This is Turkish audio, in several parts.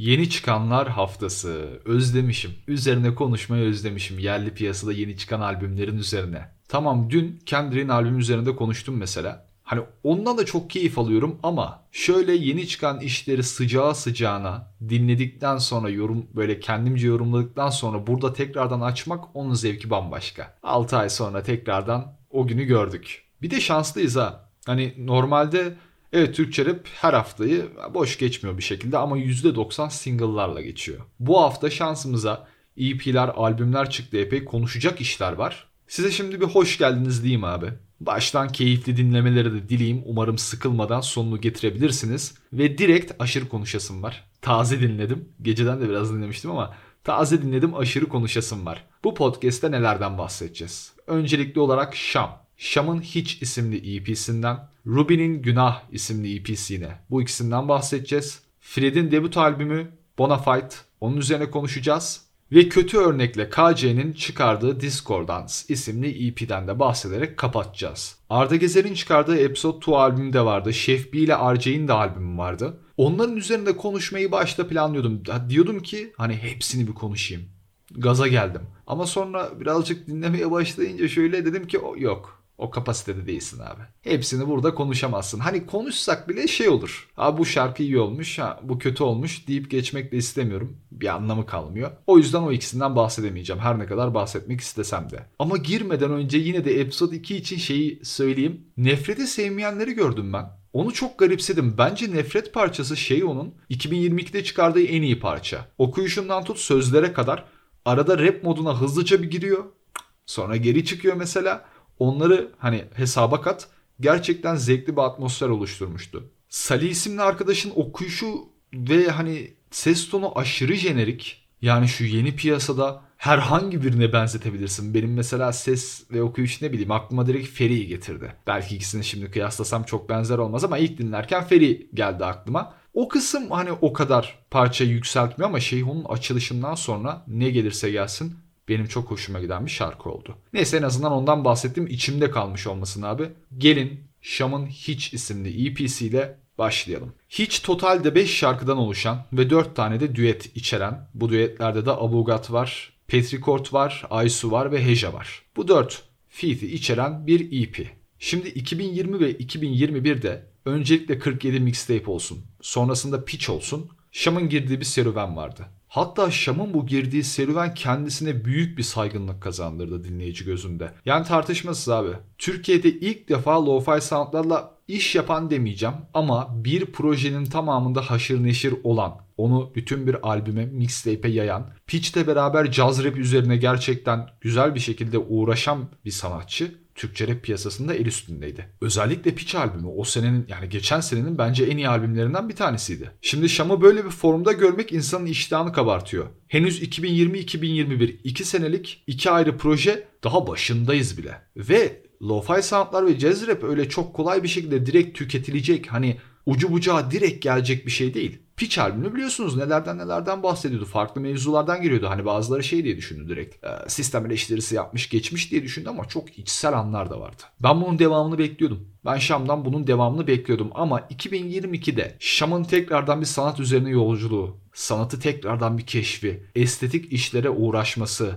Yeni çıkanlar haftası. Özlemişim. Üzerine konuşmayı özlemişim. Yerli piyasada yeni çıkan albümlerin üzerine. Tamam, dün Kendrick'in albümü üzerinde konuştum mesela. Hani ondan da çok keyif alıyorum ama şöyle yeni çıkan işleri sıcağı sıcağına dinledikten sonra böyle kendimce yorumladıktan sonra burada tekrardan açmak, onun zevki bambaşka. 6 ay sonra tekrardan o günü gördük. Bir de şanslıyız ha. Hani normalde evet, Türkçe rap her haftayı boş geçmiyor bir şekilde ama %90 single'larla geçiyor. Bu hafta şansımıza EP'ler, albümler çıktı, epey konuşacak işler var. Size şimdi bir hoş geldiniz diyeyim abi. Baştan keyifli dinlemeleri de dileyim. Umarım sıkılmadan sonunu getirebilirsiniz. Ve direkt aşırı konuşasım var. Taze dinledim. Geceden de biraz dinlemiştim ama taze dinledim, aşırı konuşasım var. Bu podcast'te nelerden bahsedeceğiz? Öncelikli olarak Şam. Şam'ın Hiç isimli EP'sinden, Ruby'nin Günah isimli EP'sine, bu ikisinden bahsedeceğiz. Fred'in debut albümü Bonafide, onun üzerine konuşacağız. Ve kötü örnekle KC'nin çıkardığı Discordance isimli EP'den de bahsederek kapatacağız. Arda Gezer'in çıkardığı Episode 2 albümü de vardı. Şef B ile RJ'in de albümü vardı. Onların üzerinde konuşmayı başta planlıyordum. Diyordum ki hani hepsini bir konuşayım. Gaza geldim. Ama sonra birazcık dinlemeye başlayınca şöyle dedim ki yok. O kapasitede değilsin abi. Hepsini burada konuşamazsın. Hani konuşsak bile şey olur. Ha bu şarkı iyi olmuş, ha bu kötü olmuş deyip geçmek de istemiyorum. Bir anlamı kalmıyor. O yüzden o ikisinden bahsedemeyeceğim. Her ne kadar bahsetmek istesem de. Ama girmeden önce yine de Episode 2 için şeyi söyleyeyim. Nefreti sevmeyenleri gördüm ben. Onu çok garipsedim. Bence nefret parçası onun 2022'de çıkardığı en iyi parça. Okuyuşundan tut sözlere kadar arada rap moduna hızlıca bir giriyor. Sonra geri çıkıyor mesela. Onları hani hesaba kat, gerçekten zevkli bir atmosfer oluşturmuştu. Salih isimli arkadaşın okuyuşu ve hani ses tonu aşırı jenerik. Yani şu yeni piyasada herhangi birine benzetebilirsin. Benim mesela ses ve okuyuş ne bileyim aklıma direkt Feri'yi getirdi. Belki ikisini şimdi kıyaslasam çok benzer olmaz ama ilk dinlerken Feri geldi aklıma. O kısım hani o kadar parçayı yükseltmiyor ama onun açılışından sonra ne gelirse gelsin benim çok hoşuma giden bir şarkı oldu. Neyse, en azından ondan bahsettim. İçimde kalmış olmasın abi. Gelin Şam'ın Hiç isimli EP'siyle başlayalım. Hiç totalde 5 şarkıdan oluşan ve 4 tane de düet içeren. Bu düetlerde de Abugat var, Petrikort var, Aysu var ve Heja var. Bu 4 feat'i içeren bir EP. Şimdi 2020 ve 2021'de öncelikle 47 mixtape olsun, sonrasında Pitch olsun, Şam'ın girdiği bir serüven vardı. Hatta Şam'ın bu girdiği serüven kendisine büyük bir saygınlık kazandırdı dinleyici gözünde. Yani tartışmasız abi. Türkiye'de ilk defa lo-fi soundlarla iş yapan demeyeceğim ama bir projenin tamamında haşır neşir olan, onu bütün bir albüme, mixtape'e yayan, Pitch'le beraber caz rap üzerine gerçekten güzel bir şekilde uğraşan bir sanatçı Türkçe rap piyasasında el üstündeydi. Özellikle Pitch albümü o senenin, yani geçen senenin bence en iyi albümlerinden bir tanesiydi. Şimdi Şam'ı böyle bir formda görmek insanın iştahını kabartıyor. Henüz 2020-2021 2 senelik 2 ayrı proje, daha başındayız bile. Ve lo-fi soundlar ve jazz rap öyle çok kolay bir şekilde direkt tüketilecek, hani ucu bucağı direkt gelecek bir şey değil. Pitch albümü biliyorsunuz nelerden bahsediyordu. Farklı mevzulardan geliyordu. Hani bazıları şey diye düşündü direkt. Sistem eleştirisi yapmış geçmiş diye düşündü ama çok içsel anlar da vardı. Ben bunun devamını bekliyordum. Ben Şam'dan bunun devamını bekliyordum ama 2022'de Şam'ın tekrardan bir sanat üzerine yolculuğu, sanatı tekrardan bir keşfi, estetik işlere uğraşması.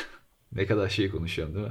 Ne kadar şey konuşuyorum değil mi?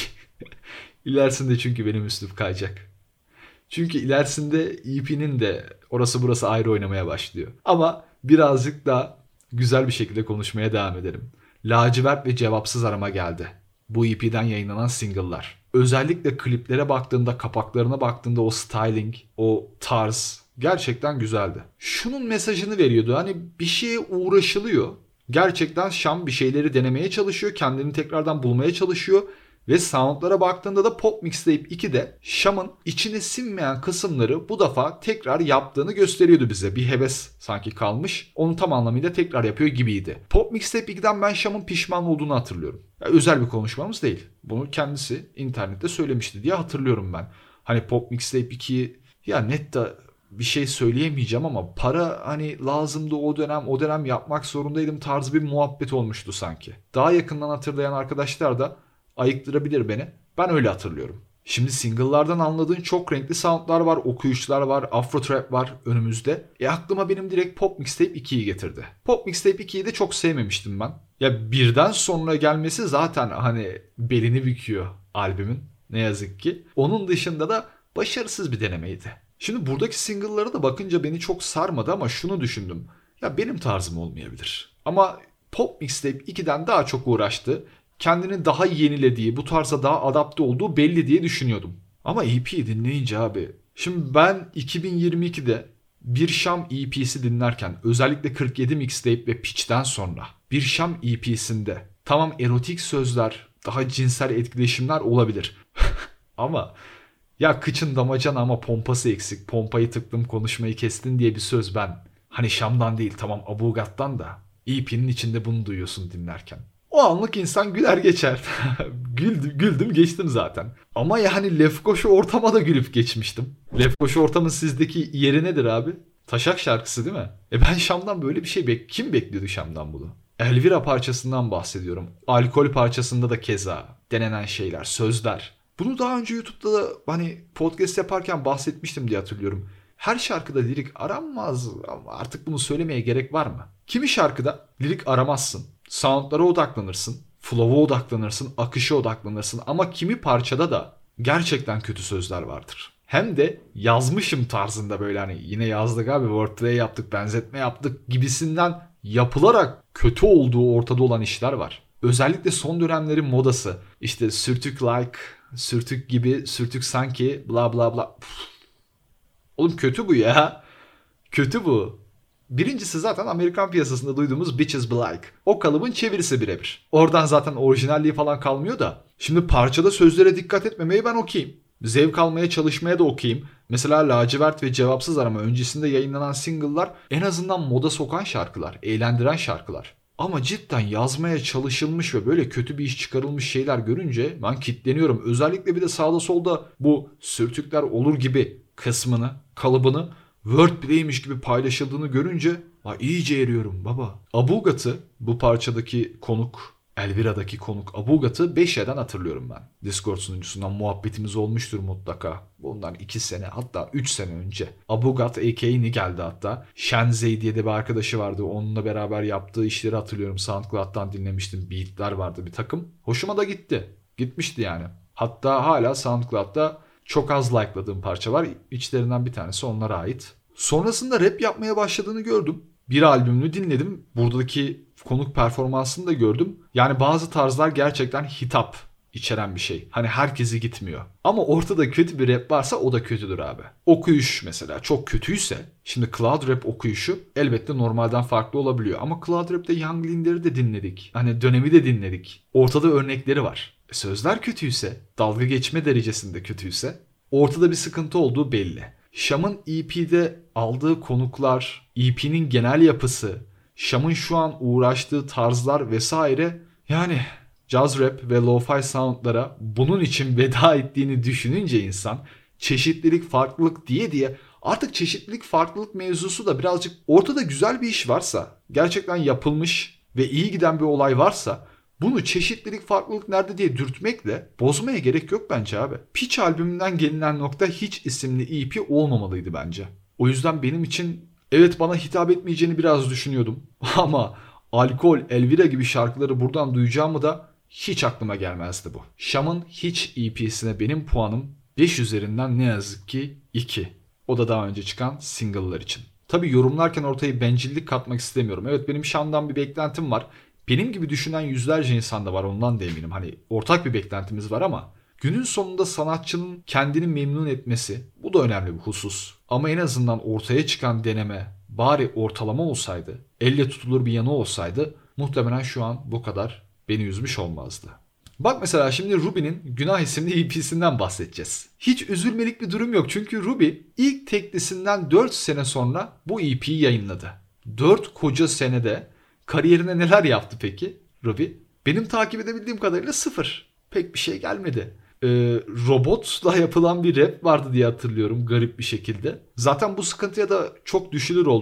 İlerisinde çünkü benim üslup kayacak. Çünkü ilerisinde EP'nin de orası burası ayrı oynamaya başlıyor. Ama birazcık daha güzel bir şekilde konuşmaya devam edelim. Lacivert ve Cevapsız Arama geldi. Bu EP'den yayınlanan single'lar. Özellikle kliplere baktığında, kapaklarına baktığında o styling, o tarz gerçekten güzeldi. Şunun mesajını veriyordu. Hani bir şeye uğraşılıyor. Gerçekten Şam bir şeyleri denemeye çalışıyor. Kendini tekrardan bulmaya çalışıyor. Ve soundlara baktığında da Pop Mixtape 2'de Şam'ın içine sinmeyen kısımları bu defa tekrar yaptığını gösteriyordu bize. Bir heves sanki kalmış. Onu tam anlamıyla tekrar yapıyor gibiydi. Pop Mixtape 2'den ben Şam'ın pişman olduğunu hatırlıyorum. Yani özel bir konuşmamız değil. Bunu kendisi internette söylemişti diye hatırlıyorum ben. Hani Pop Mixtape 2'yi ya net de bir şey söyleyemeyeceğim ama para hani lazımdı o dönem yapmak zorundaydım tarzı bir muhabbet olmuştu sanki. Daha yakından hatırlayan arkadaşlar da ayıktırabilir beni. Ben öyle hatırlıyorum. Şimdi single'lardan anladığın çok renkli soundlar var, okuyuşlar var, afro trap var önümüzde. Aklıma benim direkt Pop Mixtape 2'yi getirdi. Pop Mixtape 2'yi de çok sevmemiştim ben. Ya birden sonra gelmesi zaten hani belini büküyor albümün, ne yazık ki. Onun dışında da başarısız bir denemeydi. Şimdi buradaki single'lara da bakınca beni çok sarmadı ama şunu düşündüm. Ya benim tarzım olmayabilir. Ama Pop Mixtape 2'den daha çok uğraştı. Kendini daha yenilediği, bu tarza daha adapte olduğu belli diye düşünüyordum. Ama EP'yi dinleyince abi. Şimdi ben 2022'de Bir Şam EP'si dinlerken özellikle 47 Mixtape ve Pitch'ten sonra Bir Şam EP'sinde tamam erotik sözler, daha cinsel etkileşimler olabilir. Ama ya kıçın damacana ama pompası eksik. Pompayı tıktım konuşmayı kestin diye bir söz ben. Hani Şam'dan değil tamam Abugat'tan da. EP'nin içinde bunu duyuyorsun dinlerken. O anlık insan güler geçer. Güldüm geçtim zaten. Ama yani Lefkoşa ortama da gülüp geçmiştim. Lefkoşa ortamın sizdeki yeri nedir abi? Taşak şarkısı değil mi? Ben Şam'dan böyle bir şey kim bekliyordu Şam'dan bunu? Elvira parçasından bahsediyorum. Alkol parçasında da keza denenen şeyler, sözler. Bunu daha önce YouTube'da da hani podcast yaparken bahsetmiştim diye hatırlıyorum. Her şarkıda lirik aranmaz ama artık bunu söylemeye gerek var mı? Kimi şarkıda lirik aramazsın. Soundlara odaklanırsın. Flow'a odaklanırsın. Akışa odaklanırsın. Ama kimi parçada da gerçekten kötü sözler vardır. Hem de yazmışım tarzında böyle hani yine yazdık abi wordplay yaptık, benzetme yaptık gibisinden yapılarak kötü olduğu ortada olan işler var. Özellikle son dönemlerin modası. İşte sürtük like, sürtük gibi, sürtük sanki, bla bla bla. Oğlum kötü bu ya. Kötü bu. Birincisi zaten Amerikan piyasasında duyduğumuz Bitches Be Like. O kalıbın çevirisi birebir. Oradan zaten orijinalliği falan kalmıyor da. Şimdi parçada sözlere dikkat etmemeye ben okeyim. Zevk almaya çalışmaya da okeyim. Mesela Lacivert ve Cevapsız Arama öncesinde yayınlanan single'lar en azından moda sokan şarkılar, eğlendiren şarkılar. Ama cidden yazmaya çalışılmış ve böyle kötü bir iş çıkarılmış şeyler görünce ben kitleniyorum. Özellikle bir de sağda solda bu sürtükler olur gibi kısmını, kalıbını wordplay'miş gibi paylaşıldığını görünce iyice eriyorum baba. Abugat'ı bu parçadaki konuk, Elvira'daki konuk Abugat'ı 5Y'den hatırlıyorum ben. Discord sunucusundan muhabbetimiz olmuştur mutlaka. Bundan 2 sene hatta 3 sene önce. Abugat a.k.a. geldi hatta. Shenzei diye de bir arkadaşı vardı. Onunla beraber yaptığı işleri hatırlıyorum. SoundCloud'dan dinlemiştim. Beatler vardı bir takım. Hoşuma da gitti. Gitmişti yani. Hatta hala SoundCloud'da çok az like'ladığım parça var. İçlerinden bir tanesi onlara ait. Sonrasında rap yapmaya başladığını gördüm. Bir albümünü dinledim. Buradaki konuk performansını da gördüm. Yani bazı tarzlar gerçekten hitap içeren bir şey. Hani herkesi gitmiyor. Ama ortada kötü bir rap varsa o da kötüdür abi. Okuyuş mesela çok kötüyse, şimdi Cloud Rap okuyuşu elbette normalden farklı olabiliyor. Ama Cloud Rap'te Young Linder'i de dinledik. Hani dönemi de dinledik. Ortada örnekleri var. Sözler kötüyse, dalga geçme derecesinde kötüyse ortada bir sıkıntı olduğu belli. Şam'ın EP'de aldığı konuklar, EP'nin genel yapısı, Şam'ın şu an uğraştığı tarzlar vesaire yani jazz rap ve lo-fi soundlara bunun için veda ettiğini düşününce insan çeşitlilik, farklılık diye artık çeşitlilik, farklılık mevzusu da birazcık ortada güzel bir iş varsa, gerçekten yapılmış ve iyi giden bir olay varsa bunu çeşitlilik, farklılık nerede diye dürtmekle bozmaya gerek yok bence abi. Pitch albümünden gelinen nokta Hiç isimli EP olmamalıydı bence. O yüzden benim için evet bana hitap etmeyeceğini biraz düşünüyordum. Ama Alkol, Elvira gibi şarkıları buradan duyacağımı da hiç aklıma gelmezdi bu. Şam'ın Hiç EP'sine benim puanım 5 üzerinden ne yazık ki 2. O da daha önce çıkan single'lar için. Tabii yorumlarken ortaya bencillik katmak istemiyorum. Evet benim Şam'dan bir beklentim var. Benim gibi düşünen yüzlerce insan da var ondan da eminim. Hani ortak bir beklentimiz var ama günün sonunda sanatçının kendini memnun etmesi bu da önemli bir husus. Ama en azından ortaya çıkan deneme bari ortalama olsaydı, elle tutulur bir yanı olsaydı muhtemelen şu an bu kadar beni üzmüş olmazdı. Bak mesela şimdi Ruby'nin Günah isimli EP'sinden bahsedeceğiz. Hiç üzülmelik bir durum yok çünkü Ruby ilk teklisinden 4 sene sonra bu EP'yi yayınladı. 4 koca senede kariyerine neler yaptı peki Ruby? Benim takip edebildiğim kadarıyla 0. Pek bir şey gelmedi. Robotla yapılan bir rap vardı diye hatırlıyorum garip bir şekilde. Zaten bu sıkıntıya da çok düşülür oldu.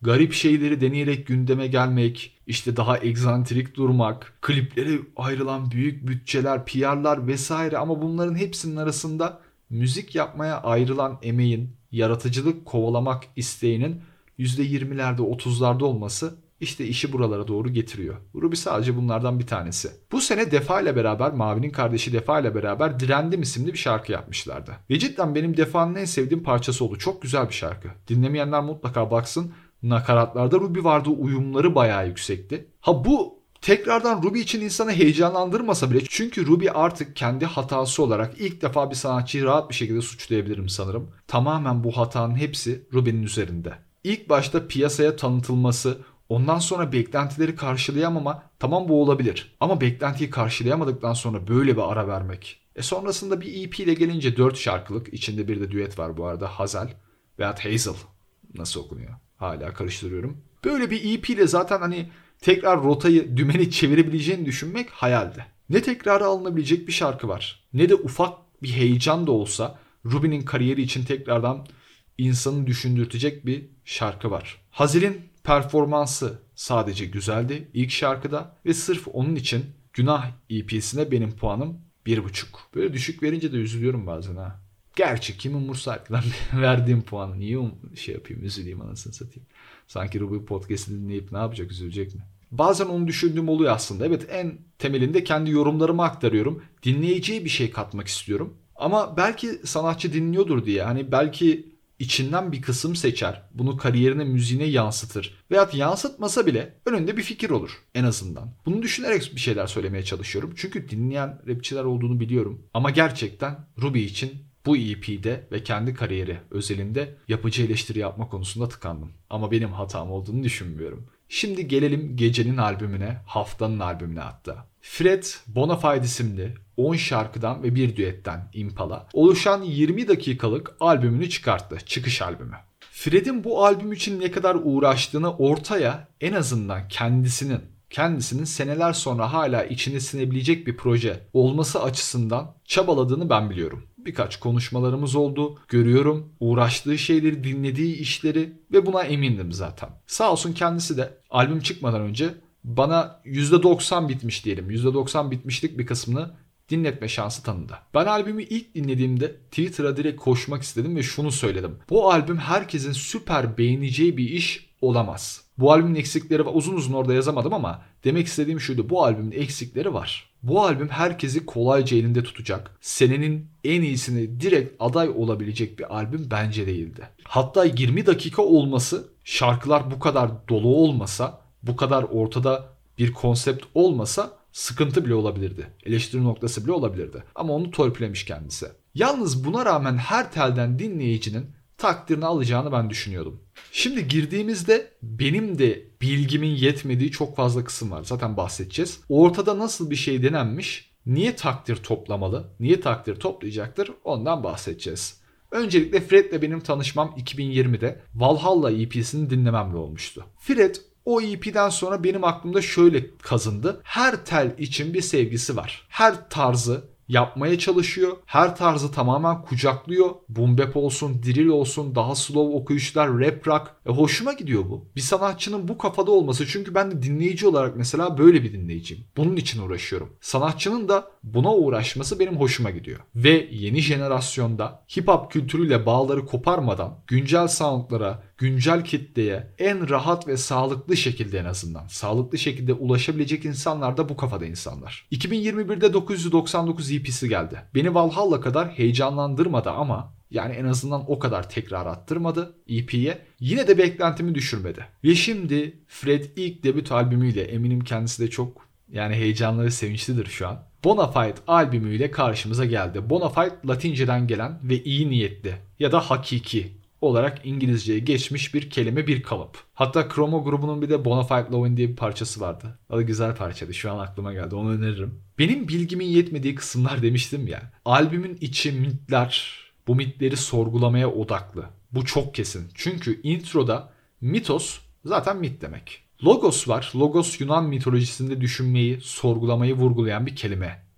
garip şeyleri deneyerek gündeme gelmek, işte daha egzantrik durmak, kliplere ayrılan büyük bütçeler, PR'lar vesaire, ama bunların hepsinin arasında müzik yapmaya ayrılan emeğin, yaratıcılık kovalamak isteğinin %20'lerde 30'larda olması işte işi buralara doğru getiriyor. Ruby sadece bunlardan bir tanesi. Bu sene Defa ile beraber, Mavi'nin kardeşi Defa ile beraber Direndim isimli bir şarkı yapmışlardı. Ve cidden benim Defa'nın en sevdiğim parçası oldu. Çok güzel bir şarkı. Dinlemeyenler mutlaka baksın. Nakaratlarda Ruby vardı, uyumları bayağı yüksekti. Ha, bu tekrardan Ruby için insanı heyecanlandırmasa bile, çünkü Ruby artık kendi hatası olarak ilk defa bir sanatçıyı rahat bir şekilde suçlayabilirim sanırım. Tamamen bu hatanın hepsi Ruby'nin üzerinde. İlk başta piyasaya tanıtılması, ondan sonra beklentileri karşılayamama, tamam bu olabilir. Ama beklentiyi karşılayamadıktan sonra böyle bir ara vermek. Sonrasında bir EP ile gelince 4 şarkılık, içinde bir de düet var bu arada, Hazel veyahut Hazel nasıl okunuyor? Hala karıştırıyorum. Böyle bir EP ile zaten hani tekrar rotayı, dümeni çevirebileceğini düşünmek hayaldi. Ne tekrara alınabilecek bir şarkı var, ne de ufak bir heyecan da olsa Ruby'nin kariyeri için tekrardan insanı düşündürtecek bir şarkı var. Hazel'in performansı sadece güzeldi ilk şarkıda ve sırf onun için Günah EP'sine benim puanım 1.5. Böyle düşük verince de üzülüyorum bazen ha. Gerçi kim umursar lan verdiğim puanı, niye yapayım, üzüleyim anasını satayım. Sanki Ruby podcast'ini dinleyip ne yapacak, üzülecek mi? Bazen onu düşündüğüm oluyor aslında. Evet, en temelinde kendi yorumlarımı aktarıyorum. Dinleyiciye bir şey katmak istiyorum. Ama belki sanatçı dinliyordur diye, hani belki içinden bir kısım seçer, bunu kariyerine, müziğine yansıtır veyahut yansıtmasa bile önünde bir fikir olur en azından. Bunu düşünerek bir şeyler söylemeye çalışıyorum. Çünkü dinleyen rapçiler olduğunu biliyorum. Ama gerçekten Ruby için bu EP'de ve kendi kariyeri özelinde yapıcı eleştiri yapma konusunda tıkandım. Ama benim hatam olduğunu düşünmüyorum. Şimdi gelelim gecenin albümüne, haftanın albümüne hatta. Fred, Bonafide isimli 10 şarkıdan ve bir düetten Impala oluşan 20 dakikalık albümünü çıkarttı, çıkış albümü. Fred'in bu albüm için ne kadar uğraştığını ortaya, en azından kendisinin seneler sonra hala içine sinebilecek bir proje olması açısından çabaladığını ben biliyorum. Birkaç konuşmalarımız oldu, görüyorum, uğraştığı şeyleri, dinlediği işleri ve buna emindim zaten. Sağ olsun kendisi de albüm çıkmadan önce bana %90 bitmiş diyelim, %90 bitmişlik bir kısmını dinletme şansı tanıdı. Ben albümü ilk dinlediğimde Twitter'a direkt koşmak istedim ve şunu söyledim: bu albüm herkesin süper beğeneceği bir iş olamaz. Bu albümün eksikleri var. Uzun uzun orada yazamadım ama demek istediğim şuydu: bu albümün eksikleri var. Bu albüm herkesi kolayca elinde tutacak, senenin en iyisini direkt aday olabilecek bir albüm bence değildi. Hatta 20 dakika olması, şarkılar bu kadar dolu olmasa, bu kadar ortada bir konsept olmasa sıkıntı bile olabilirdi. Eleştiri noktası bile olabilirdi. Ama onu torpilemiş kendisi. Yalnız buna rağmen her telden dinleyicinin takdirini alacağını ben düşünüyordum. Şimdi girdiğimizde benim de bilgimin yetmediği çok fazla kısım var. Zaten bahsedeceğiz. Ortada nasıl bir şey denenmiş, niye takdir toplamalı, niye takdir toplayacaktır, ondan bahsedeceğiz. Öncelikle Fred'le benim tanışmam 2020'de Valhalla EP'sini dinlememle olmuştu. Fred o EP'den sonra benim aklımda şöyle kazındı: her tel için bir sevgisi var. Her tarzı yapmaya çalışıyor. Her tarzı tamamen kucaklıyor. Boom bap olsun, drill olsun, daha slow okuyuşlar, rap rock. Hoşuma gidiyor bu. Bir sanatçının bu kafada olması, çünkü ben de dinleyici olarak mesela böyle bir dinleyiciyim. Bunun için uğraşıyorum. Sanatçının da buna uğraşması benim hoşuma gidiyor. Ve yeni jenerasyonda hip hop kültürüyle bağları koparmadan güncel soundlara, güncel kitleye en rahat ve sağlıklı şekilde, en azından sağlıklı şekilde ulaşabilecek insanlar da bu kafada insanlar. 2021'de 999 EP'si geldi. Beni Valhalla kadar heyecanlandırmadı ama yani en azından o kadar tekrar attırmadı EP'ye. Yine de beklentimi düşürmedi. Ve şimdi Fred ilk debüt albümüyle, eminim kendisi de çok heyecanlı ve sevinçlidir şu an, Bonafide albümüyle karşımıza geldi. Bonafide Latinceden gelen ve iyi niyetli ya da hakiki olarak İngilizceye geçmiş bir kelime, bir kalıp. Hatta Chromo grubunun bir de Bonafide Lovin diye bir parçası vardı. O da güzel parçaydı. Şu an aklıma geldi. Onu öneririm. Benim bilgimin yetmediği kısımlar demiştim ya. Albümün içi mitler. Bu mitleri sorgulamaya odaklı. Bu çok kesin. Çünkü introda mitos zaten mit demek. Logos var. Logos Yunan mitolojisinde düşünmeyi, sorgulamayı vurgulayan bir kelime.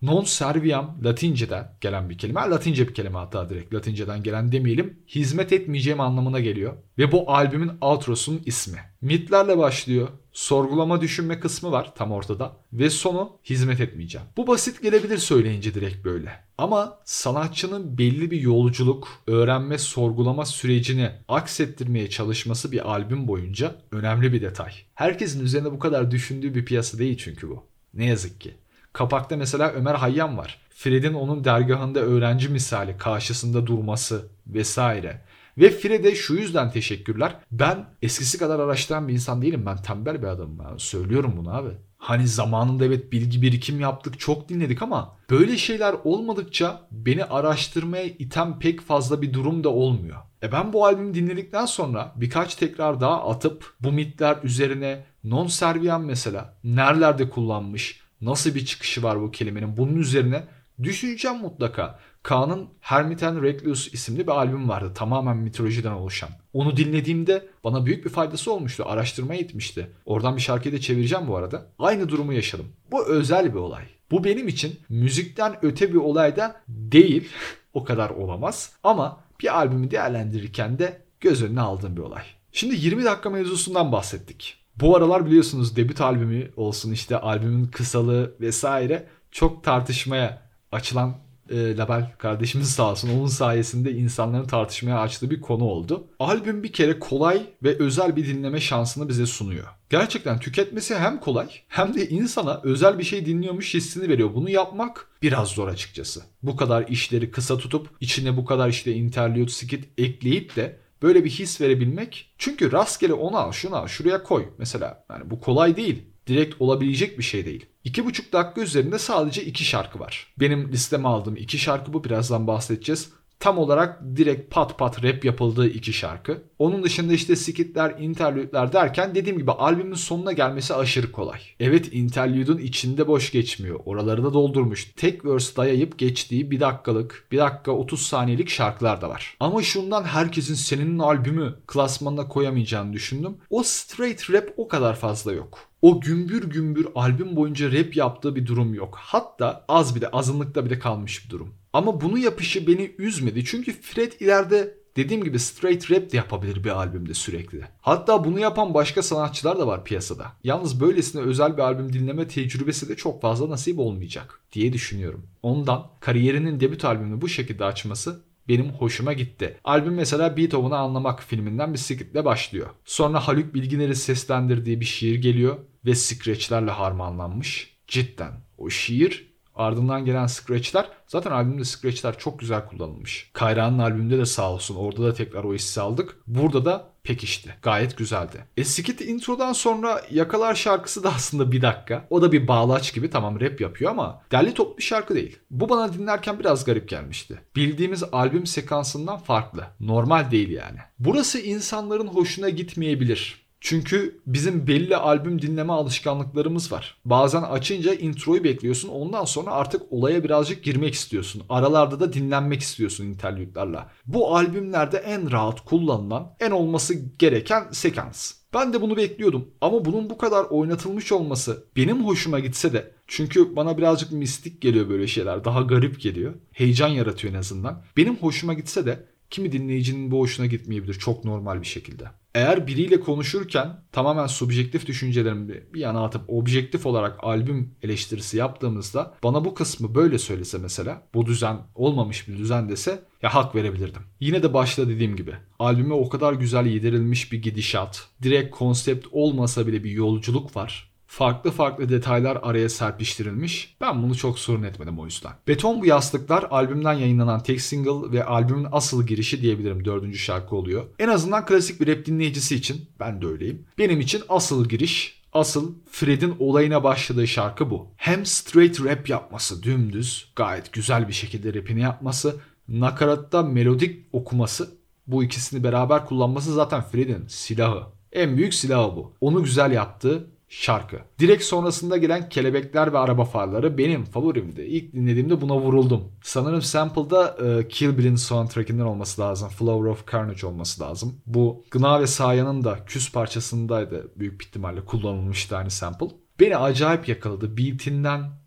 Non serviam Latinceden gelen bir kelime. Latince bir kelime, hatta direkt Latinceden gelen demeyelim. Hizmet etmeyeceğim anlamına geliyor. Ve bu albümün outrosunun ismi. Mitlerle başlıyor. Sorgulama düşünme kısmı var tam ortada. Ve sonu hizmet etmeyeceğim. Bu basit gelebilir söyleyince direkt böyle. Ama sanatçının belli bir yolculuk, öğrenme, sorgulama sürecini aksettirmeye çalışması bir albüm boyunca önemli bir detay. Herkesin üzerine bu kadar düşündüğü bir piyasa değil çünkü bu. Ne yazık ki. Kapakta mesela Ömer Hayyam var. Fred'in onun dergahında öğrenci misali karşısında durması vesaire. Ve Fred'e şu yüzden teşekkürler. Ben eskisi kadar araştıran bir insan değilim. Ben tembel bir adamım. Ben söylüyorum bunu abi. Hani zamanında evet bilgi birikim yaptık, çok dinledik ama böyle şeyler olmadıkça beni araştırmaya iten pek fazla bir durum da olmuyor. Ben bu albümü dinledikten sonra birkaç tekrar daha atıp bu mitler üzerine non serviam mesela nerelerde kullanmış, nasıl bir çıkışı var bu kelimenin, bunun üzerine düşüneceğim mutlaka. Kaan'ın Hermit and Recluse isimli bir albüm vardı. Tamamen mitolojiden oluşan. Onu dinlediğimde bana büyük bir faydası olmuştu. Araştırmaya itmişti. Oradan bir şarkıyı da çevireceğim bu arada. Aynı durumu yaşadım. Bu özel bir olay. Bu benim için müzikten öte bir olay da değil. O kadar olamaz. Ama bir albümü değerlendirirken de göz önüne aldığım bir olay. Şimdi 20 dakika mevzusundan bahsettik. Bu aralar biliyorsunuz debüt albümü olsun, işte albümün kısalığı vesaire çok tartışmaya açılan Label kardeşimiz sağ olsun, onun sayesinde insanların tartışmaya açtığı bir konu oldu. Albüm bir kere kolay ve özel bir dinleme şansını bize sunuyor. Gerçekten tüketmesi hem kolay hem de insana özel bir şey dinliyormuş hissini veriyor. Bunu yapmak biraz zor açıkçası. Bu kadar işleri kısa tutup içine bu kadar işte interlude, skit ekleyip de böyle bir his verebilmek. Çünkü rastgele onu al, şunu al, şuraya koy mesela. Yani bu kolay değil. Direkt olabilecek bir şey değil. 2,5 dakika üzerinde sadece 2 şarkı var. Benim listeme aldığım 2 şarkı bu. Birazdan bahsedeceğiz. Tam olarak direkt pat pat rap yapıldığı 2 şarkı. Onun dışında işte skitler, interlude'ler derken dediğim gibi albümün sonuna gelmesi aşırı kolay. Evet, interlude'un içinde boş geçmiyor. Oraları da doldurmuş. Tek verse dayayıp geçtiği 1 dakikalık, 1 dakika 30 saniyelik şarkılar da var. Ama şundan herkesin senin albümü klasmanına koyamayacağını düşündüm. O straight rap o kadar fazla yok. O gümbür gümbür albüm boyunca rap yaptığı bir durum yok. Hatta azınlıkta bile kalmış bir durum. Ama bunu yapışı beni üzmedi. Çünkü Fred ileride dediğim gibi straight rap de yapabilir bir albümde sürekli. Hatta bunu yapan başka sanatçılar da var piyasada. Yalnız böylesine özel bir albüm dinleme tecrübesi de çok fazla nasip olmayacak diye düşünüyorum. Ondan kariyerinin debüt albümünü bu şekilde açması benim hoşuma gitti. Albüm mesela Beethoven'ı Anlamak filminden bir skitle başlıyor. Sonra Haluk Bilginer'in seslendirdiği bir şiir geliyor ve scratchlerle harmanlanmış. Cidden o şiir, ardından gelen scratchler, zaten albümde scratchler çok güzel kullanılmış. Kayra'nın albümünde de sağ olsun, orada da tekrar o hissi aldık. Burada da pekişti. Gayet güzeldi. Skit introdan sonra Yakalar şarkısı da aslında 1 dakika. O da bir bağlaç gibi, tamam rap yapıyor ama derli toplu bir şarkı değil. Bu bana dinlerken biraz garip gelmişti. Bildiğimiz albüm sekansından farklı. Normal değil yani. Burası insanların hoşuna gitmeyebilir. Çünkü bizim belli albüm dinleme alışkanlıklarımız var. Bazen açınca introyu bekliyorsun, ondan sonra artık olaya birazcık girmek istiyorsun. Aralarda da dinlenmek istiyorsun interlude'larla. Bu albümlerde en rahat kullanılan, en olması gereken sekans. Ben de bunu bekliyordum ama bunun bu kadar oynatılmış olması benim hoşuma gitse de, çünkü bana birazcık mistik geliyor böyle şeyler, daha garip geliyor. Heyecan yaratıyor en azından. Benim hoşuma gitse de kimi dinleyicinin bu hoşuna gitmeyebilir, çok normal bir şekilde. Eğer biriyle konuşurken tamamen subjektif düşüncelerimi bir yana atıp objektif olarak albüm eleştirisi yaptığımızda bana bu kısmı böyle söylese mesela, bu düzen olmamış bir düzen dese, ya hak verebilirdim. Yine de başta dediğim gibi albüme o kadar güzel yedirilmiş bir gidişat, direkt konsept olmasa bile bir yolculuk var. Farklı farklı detaylar araya serpiştirilmiş. Ben bunu çok sorun etmedim o yüzden. Beton Bu Yastıklar albümden yayınlanan tek single ve albümün asıl girişi diyebilirim, 4. şarkı oluyor. En azından klasik bir rap dinleyicisi için, ben de öyleyim, benim için asıl giriş, asıl Fred'in olayına başladığı şarkı bu. Hem straight rap yapması, dümdüz gayet güzel bir şekilde rapini yapması, nakaratta melodik okuması, bu ikisini beraber kullanması zaten Fred'in silahı. En büyük silahı bu. Onu güzel yaptı şarkı. Direkt sonrasında gelen Kelebekler ve Araba Farları benim favorimdi. İlk dinlediğimde buna vuruldum. Sanırım sample'da Kill Bill'in soundtrackinden olması lazım. Flower of Carnage olması lazım. Bu Gna ve Saya'nın da Küs parçasındaydı. Büyük ihtimalle kullanılmıştı aynı sample. Beni acayip yakaladı. Beat'inden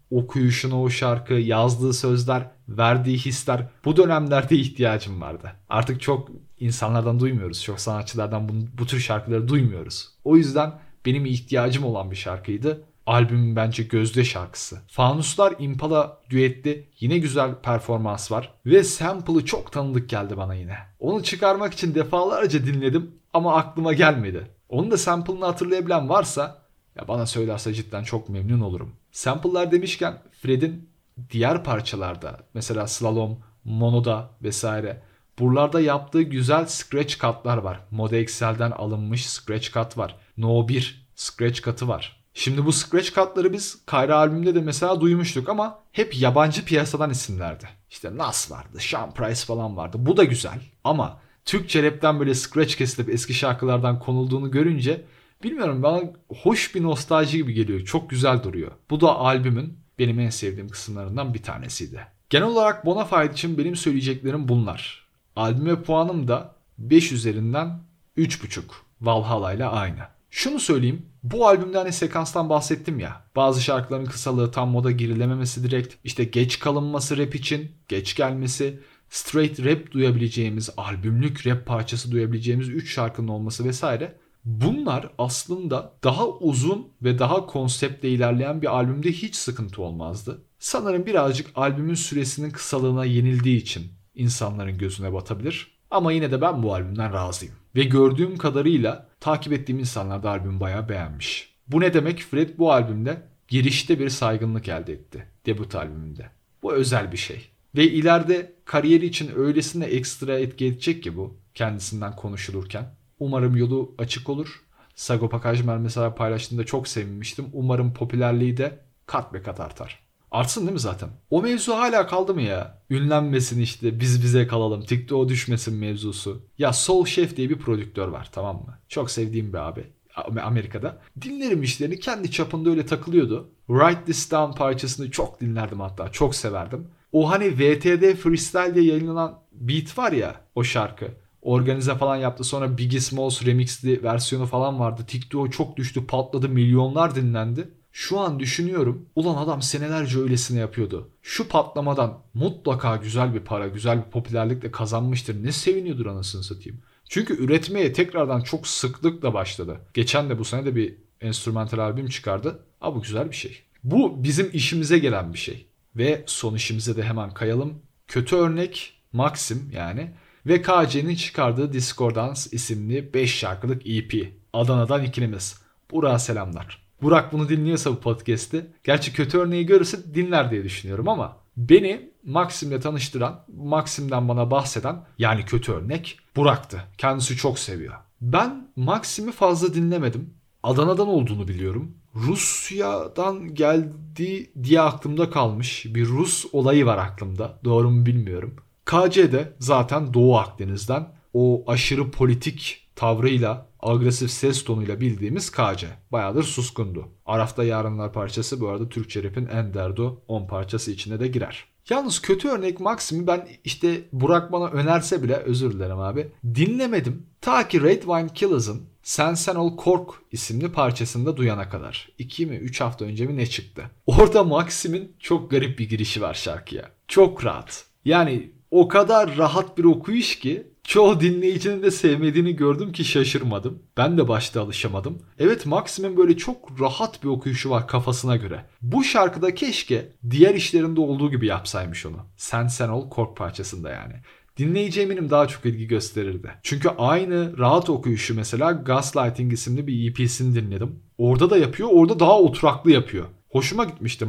okuyuşuna o şarkı, yazdığı sözler, verdiği hisler, bu dönemlerde ihtiyacım vardı. Artık çok insanlardan duymuyoruz. Çok sanatçılardan bu tür şarkıları duymuyoruz. O yüzden benim ihtiyacım olan bir şarkıydı. Albümün bence gözde şarkısı. Fanuslar Impala düetti. Yine güzel performans var. Ve sample'ı çok tanıdık geldi bana yine. Onu çıkarmak için defalarca dinledim ama aklıma gelmedi. Onun da sample'ını hatırlayabilen varsa ya bana söylerse cidden çok memnun olurum. Sample'lar demişken Fred'in diğer parçalarda mesela Slalom, Mono'da vesaire buralarda yaptığı güzel scratch cut'lar var. Mode Excel'den alınmış scratch cut var. No 1 scratch cut'ı var. Şimdi bu scratch cut'ları biz Kayra albümünde de mesela duymuştuk ama hep yabancı piyasadan isimlerdi. İşte Nas vardı, Sean Price falan vardı. Bu da güzel ama Türkçe rapten böyle scratch kesilip eski şarkılardan konulduğunu görünce bilmiyorum, bana hoş bir nostalji gibi geliyor. Çok güzel duruyor. Bu da albümün benim en sevdiğim kısımlarından bir tanesiydi. Genel olarak Bonafide için benim söyleyeceklerim bunlar. Albüme puanım da 5 üzerinden 3,5. Valhalla ile aynı. Şunu söyleyeyim. Bu albümde hani sekanstan bahsettim ya. Bazı şarkıların kısalığı, tam moda girilememesi direkt, işte geç kalınması rap için, geç gelmesi, straight rap duyabileceğimiz, albümlük rap parçası duyabileceğimiz 3 şarkının olması vesaire. Bunlar aslında daha uzun ve daha konseptle ilerleyen bir albümde hiç sıkıntı olmazdı. Sanırım birazcık albümün süresinin kısalığına yenildiği için insanların gözüne batabilir. Ama yine de ben bu albümden razıyım. Ve gördüğüm kadarıyla takip ettiğim insanlar da albümü bayağı beğenmiş. Bu ne demek? Fred bu albümde girişte bir saygınlık elde etti. Debut albümünde. Bu özel bir şey. Ve ileride kariyeri için öylesine ekstra etki edecek ki bu kendisinden konuşulurken. Umarım yolu açık olur. Sagopa Kajmer mesela paylaştığında çok sevinmiştim. Umarım popülerliği de kat be kat artar. Artsın değil mi zaten? O mevzu hala kaldı mı ya? Ünlenmesin işte, biz bize kalalım, TikTok'a düşmesin mevzusu. Ya Soul Chef diye bir prodüktör var, tamam mı? Çok sevdiğim bir abi. Amerika'da. Dinlerim işlerini, kendi çapında öyle takılıyordu. Write This Down parçasını çok dinlerdim hatta. Çok severdim. O hani VTD Freestyle diye yayınlanan beat var ya, o şarkı. Organize falan yaptı. Sonra Biggie Smalls remixli versiyonu falan vardı. TikTok'a çok düştü, patladı, milyonlar dinlendi. Şu an düşünüyorum, ulan adam senelerce öylesine yapıyordu. Şu patlamadan mutlaka güzel bir para, güzel bir popülerlikle kazanmıştır. Ne seviniyordur anasını satayım. Çünkü üretmeye tekrardan çok sıklıkla başladı. Geçen de bu sene de bir enstrümantal albüm çıkardı. Ama bu güzel bir şey. Bu bizim işimize gelen bir şey. Ve son işimize de hemen kayalım. Kötü örnek Maxim yani. Ve KC'nin çıkardığı Discordance isimli 5 şarkılık EP. Adana'dan ikilimiz. Burak'a selamlar. Burak bunu dinliyorsa bu podcast'i, gerçi kötü örneği görürse dinler diye düşünüyorum ama beni Maxim'le tanıştıran, Maxim'den bana bahseden, yani kötü örnek Burak'tı. Kendisi çok seviyor. Ben Maxim'i fazla dinlemedim. Adana'dan olduğunu biliyorum. Rusya'dan geldi diye aklımda kalmış. Bir Rus olayı var aklımda. Doğru mu bilmiyorum. KC'de zaten Doğu Akdeniz'den, o aşırı politik tavrıyla, agresif ses tonuyla bildiğimiz KC. Bayağıdır suskundu. Arafta Yarınlar parçası bu arada Türkçe rap'in en derdo 10 parçası içine de girer. Yalnız kötü örnek Maxim'i ben işte Burak bana önerse bile, özür dilerim abi, dinlemedim. Ta ki Red Wine Killers'ın Sen Ol Kork isimli parçasında duyana kadar. 2 mi 3 hafta önce mi ne çıktı? Orada Maxim'in çok garip bir girişi var şarkıya. Çok rahat. Yani o kadar rahat bir okuyuş ki çoğu dinleyicinin de sevmediğini gördüm ki şaşırmadım. Ben de başta alışamadım. Evet, Maxim'in böyle çok rahat bir okuyuşu var kafasına göre. Bu şarkıda keşke diğer işlerinde olduğu gibi yapsaymış onu. Sen Ol Kork parçasında yani. Dinleyici eminim daha çok ilgi gösterirdi. Çünkü aynı rahat okuyuşu mesela Gaslighting isimli bir EP'sini dinledim. Orada da yapıyor, orada daha oturaklı yapıyor. Hoşuma gitmişti.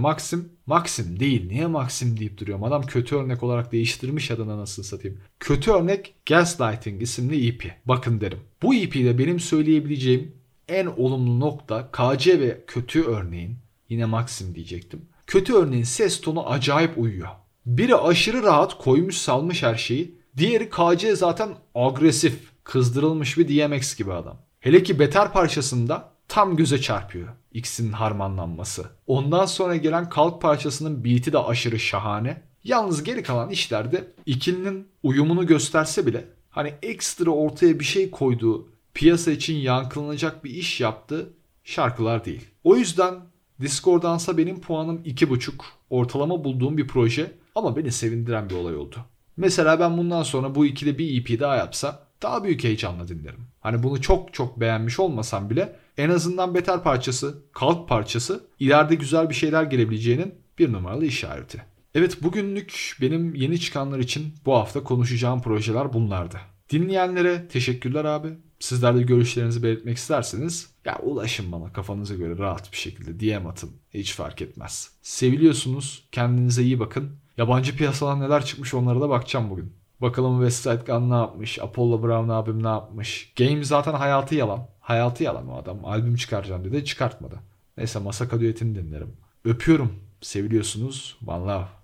Maxim değil. Niye Maxim deyip duruyorum? Adam kötü örnek olarak değiştirmiş adını, nasıl satayım. Kötü örnek Gaslighting isimli EP. Bakın derim. Bu EP'de benim söyleyebileceğim en olumlu nokta KC ve kötü örneğin, yine Maxim diyecektim, kötü örneğin ses tonu acayip uyuyor. Biri aşırı rahat koymuş salmış her şeyi. Diğeri KC zaten agresif, kızdırılmış bir DMX gibi adam. Hele ki Beter parçasında tam göze çarpıyor ikisinin harmanlanması. Ondan sonra gelen Kalk parçasının beat'i de aşırı şahane. Yalnız geri kalan işlerde ikilinin uyumunu gösterse bile hani ekstra ortaya bir şey koyduğu, piyasa için yankılanacak bir iş yaptığı şarkılar değil. O yüzden Discord'dansa benim puanım 2,5. Ortalama bulduğum bir proje ama beni sevindiren bir olay oldu. Mesela ben bundan sonra bu ikili bir EP daha yapsa daha büyük heyecanla dinlerim. Hani bunu çok çok beğenmiş olmasam bile en azından Beter parçası, Kalk parçası ileride güzel bir şeyler gelebileceğinin bir numaralı işareti. Evet, bugünlük benim yeni çıkanlar için bu hafta konuşacağım projeler bunlardı. Dinleyenlere teşekkürler abi. Sizler de görüşlerinizi belirtmek isterseniz ya ulaşın bana kafanıza göre rahat bir şekilde DM atın. Hiç fark etmez. Seviliyorsunuz. Kendinize iyi bakın. Yabancı piyasadan neler çıkmış onlara da bakacağım bugün. Bakalım Westside Gunn ne yapmış? Apollo Brown abim ne yapmış? Game zaten hayatı yalan. Hayatı yalan o adam. Albüm çıkaracağım dedi, çıkartmadı. Neyse Masaka düetini dinlerim. Öpüyorum. Seviliyorsunuz. One love.